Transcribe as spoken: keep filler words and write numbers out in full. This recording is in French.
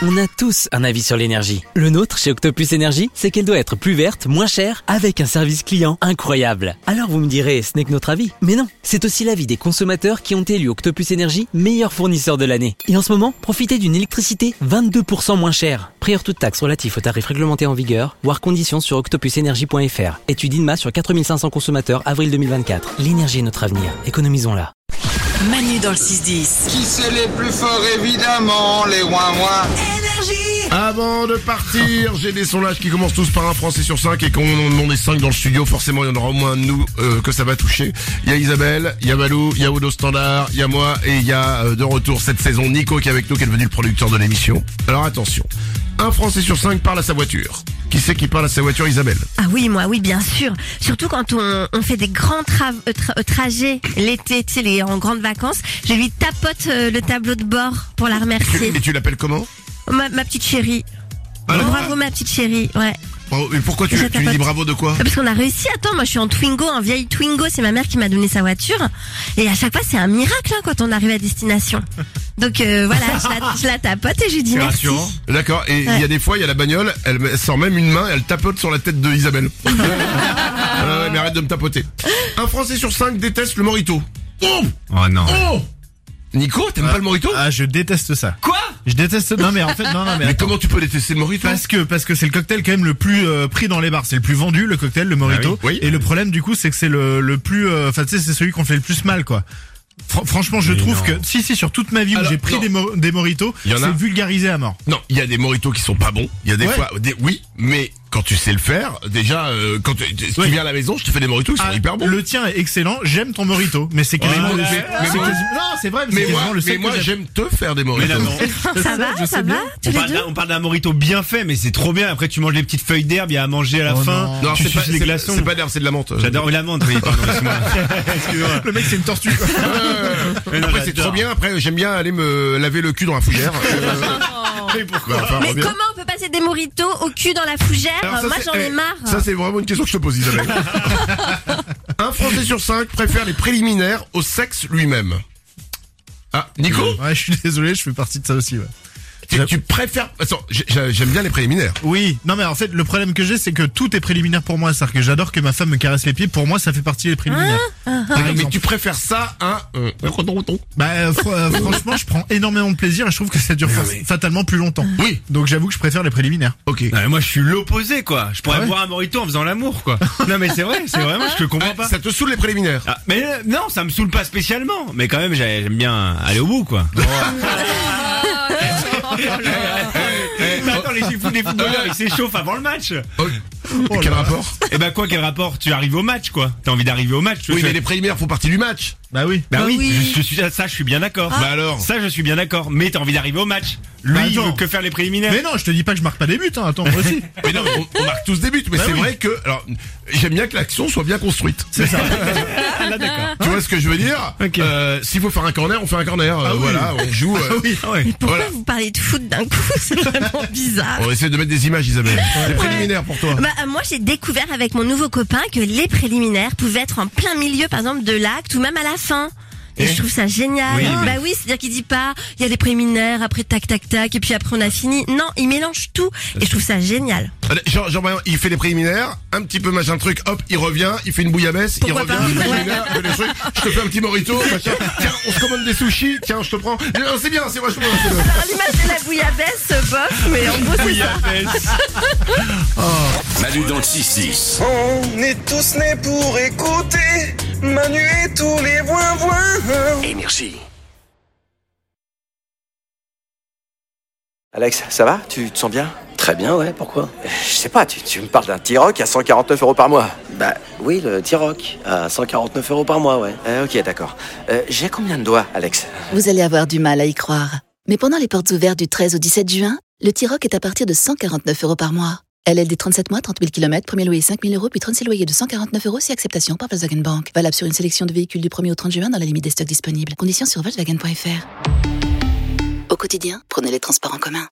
On a tous un avis sur l'énergie. Le nôtre, chez Octopus Énergie, c'est qu'elle doit être plus verte, moins chère, avec un service client incroyable. Alors vous me direz, ce n'est que notre avis. Mais non, c'est aussi l'avis des consommateurs qui ont élu Octopus Énergie meilleur fournisseur de l'année. Et en ce moment, profitez d'une électricité vingt-deux pour cent moins chère. Prix hors toute taxe relatif aux tarifs réglementés en vigueur, voire conditions sur octopus énergie point f r. Étude I N M A sur quatre mille cinq cents consommateurs, avril deux mille vingt-quatre. L'énergie est notre avenir. Économisons-la. Manu dans le six dix. Qui c'est les plus forts, évidemment, les ouin-ouin. Énergie. Avant de partir, j'ai des sondages qui commencent tous par un Français sur cinq et qu'on en est cinq dans le studio, forcément il y en aura au moins de nous euh, que ça va toucher. Il y a Isabelle, il y a Valou, il y a Odo Standard, il y a moi et il y a euh, de retour cette saison Nico qui est avec nous, qui est devenu le producteur de l'émission. Alors attention, un Français sur cinq parle à sa voiture. Qui c'est qui parle à sa voiture, Isabelle? Ah oui, moi, oui, bien sûr. Surtout quand on, on fait des grands tra- euh, tra- euh, trajets l'été, tu sais, les, en grandes vacances. Je lui tapote euh, le tableau de bord pour la remercier. Et tu l'appelles comment? Ma, ma petite chérie. Ah, Bravo, ma petite chérie, ouais. Oh, mais pourquoi tu, Je tu lui dis tapote. bravo de quoi? Parce qu'on a réussi. Attends, moi je suis en Twingo, en vieille Twingo. C'est ma mère qui m'a donné sa voiture. Et à chaque fois, c'est un miracle hein, quand on arrive à destination. Donc euh, voilà, je la, je la tapote et je lui dis merci. D'accord, et il Ouais. y a des fois, il y a la bagnole, elle me- sort même une main, elle tapote sur la tête de Isabelle. Ah ouais, mais arrête de me tapoter. Un Français sur cinq déteste le mojito. Oh, Oh non. oh Nico, t'aimes pas le mojito? Ah, je déteste ça. Quoi? Je déteste. Non mais en fait, non, non mais. Mais attends. comment tu peux détester le mojito? Parce que parce que c'est le cocktail quand même le plus euh, pris dans les bars, c'est le plus vendu le cocktail, le mojito. Ah oui, oui. Et le problème du coup c'est que c'est le le plus, enfin tu sais c'est celui qu'on fait le plus mal quoi. Fr- franchement je Mais trouve non. que si si sur toute ma vie où Alors, j'ai pris non. des mo- des mojitos, Il y en a. c'est vulgarisé à mort. Non, il y a des mojitos qui sont pas bons. Il y a des Ouais. fois, des, oui, mais quand tu sais le faire, déjà, euh, quand tu, si Ouais. tu viens à la maison, je te fais des mojitos qui sont Ah, hyper bons. le tien est excellent, j'aime ton mojito, mais c'est quasiment Ouais, le mais- seul. mais c'est moi- quasiment- non c'est vrai, mais, Mais c'est moi, quasiment le seul mais moi que j'aime. j'aime te faire des mojitos. Mais non, mais on, Ça va, je sais ça va, bien. tous on les parle deux. d'un, on parle d'un mojito bien fait, mais c'est trop bien. Après, tu manges les petites feuilles d'herbe, il y a à manger à la Oh fin. non. Non, tu c'est pas, suces les c'est- glaçons. c'est pas d'herbe, c'est de la menthe. J'adore la menthe, oui, pardon, excuse-moi. Excuse-moi. Le mec c'est une tortue quoi. Mais non, Après c'est j'adore. trop bien. Après j'aime bien aller me laver le cul dans la fougère. Euh, Mais pourquoi? bah, enfin, Mais reviens. comment on peut passer des moritos au cul dans la fougère? Alors, ça, Moi c'est- j'en ai eh, marre. Ça c'est vraiment une question que je te pose, Isabelle. Un Français sur cinq préfère les préliminaires au sexe lui-même. Ah, Nico, Ouais, je suis désolé, je fais partie de ça aussi. Ouais. tu, tu préfères... Attends, j'ai- j'ai- j'aime bien les préliminaires. Oui, non mais en fait le problème que j'ai c'est que tout est préliminaire pour moi, c'est-à-dire que j'adore que ma femme me caresse les pieds, pour moi ça fait partie des préliminaires. Par D'accord, mais exemple. tu préfères ça à un... un roton-roton. Bah euh, fr- euh, franchement je prends énormément de plaisir et je trouve que ça dure fa- mais- fatalement plus longtemps. Oui, Donc j'avoue que je préfère les préliminaires. ok. Non, mais moi, je suis l'opposé, quoi. Je pourrais Ah ouais boire un mojito en faisant l'amour, quoi. Non, mais c'est vrai, c'est vraiment, je te comprends Ah, pas. ça te saoule les préliminaires. Ah, mais euh, non, ça me saoule pas spécialement. Mais quand même, j'ai- j'aime bien aller au bout, quoi. Mais attends, les fous des footballeurs, ils s'échauffent avant le match. Oh, quel rapport? Et bah quoi, quel rapport? Tu arrives au match, quoi. T'as envie d'arriver au match. tu Oui, fais- mais les préliminaires font partie du match. Bah oui. Bah oui, oui. Je, je suis ça, je suis bien d'accord. Bah alors. Ça, je suis bien d'accord. Mais t'as envie d'arriver au match. Lui, Bah il attends. veut que faire les préliminaires. Mais non, je te dis pas que je marque pas des buts, hein. Attends, moi aussi. Mais non, mais on, on marque tous des buts, mais Bah c'est oui. vrai que... Alors, j'aime bien que l'action soit bien construite. C'est ça. Là, d'accord. Tu vois ce que je veux dire? Ok. Euh, s'il faut faire un corner, on fait un corner. Euh, Ah oui. Voilà, on joue. euh, Ah oui. Ah ouais. Pourquoi voilà. vous parlez de foot d'un coup? C'est vraiment bizarre. On essaie de mettre des images, Isabelle. Les préliminaires pour toi. Bah, euh, moi, j'ai découvert avec mon nouveau copain que les préliminaires pouvaient être en plein milieu, par exemple, de l'acte ou même à la fin. Et, Et je trouve ça génial. Oui, oui. Bah oui, c'est-à-dire qu'il dit pas, il y a des préliminaires, après tac tac tac, et puis après on a fini. Non, il mélange tout. Et je trouve ça génial. Allez, Jean, Jean Briand, il fait les préliminaires, un petit peu machin truc, hop, il revient, il fait une bouillabaisse, il Pourquoi revient, pas il fait préliminaire, il fait des trucs, je te fais un petit morito, machin. Tiens, on se commande des sushis, tiens, je te prends. Non, c'est bien, c'est vachement bien. c'est bien. Alors, l'image de la bouillabaisse, bof, mais en gros, c'est ça. Manu dans le six six. On est tous nés pour écouter Manu et tous les voix-voix. Énergie. Alex, ça va? Tu te sens bien? Très bien, ouais, pourquoi? Je sais pas, tu, tu me parles d'un T-Roc à cent quarante-neuf euros par mois. Bah oui, le T-Roc à cent quarante-neuf euros par mois, ouais. Euh, ok, d'accord. Euh, j'ai combien de doigts, Alex? Vous allez avoir du mal à y croire. Mais pendant les portes ouvertes du treize au dix-sept juin, le T-Roc est à partir de cent quarante-neuf euros par mois. L L D trente-sept mois, trente mille kilomètres, premier loyer cinq mille euros, puis trente-six loyers de cent quarante-neuf euros si acceptation par Volkswagen Bank. Valable sur une sélection de véhicules du premier au trente juin dans la limite des stocks disponibles. Conditions sur Volkswagen point F R. Au quotidien, prenez les transports en commun.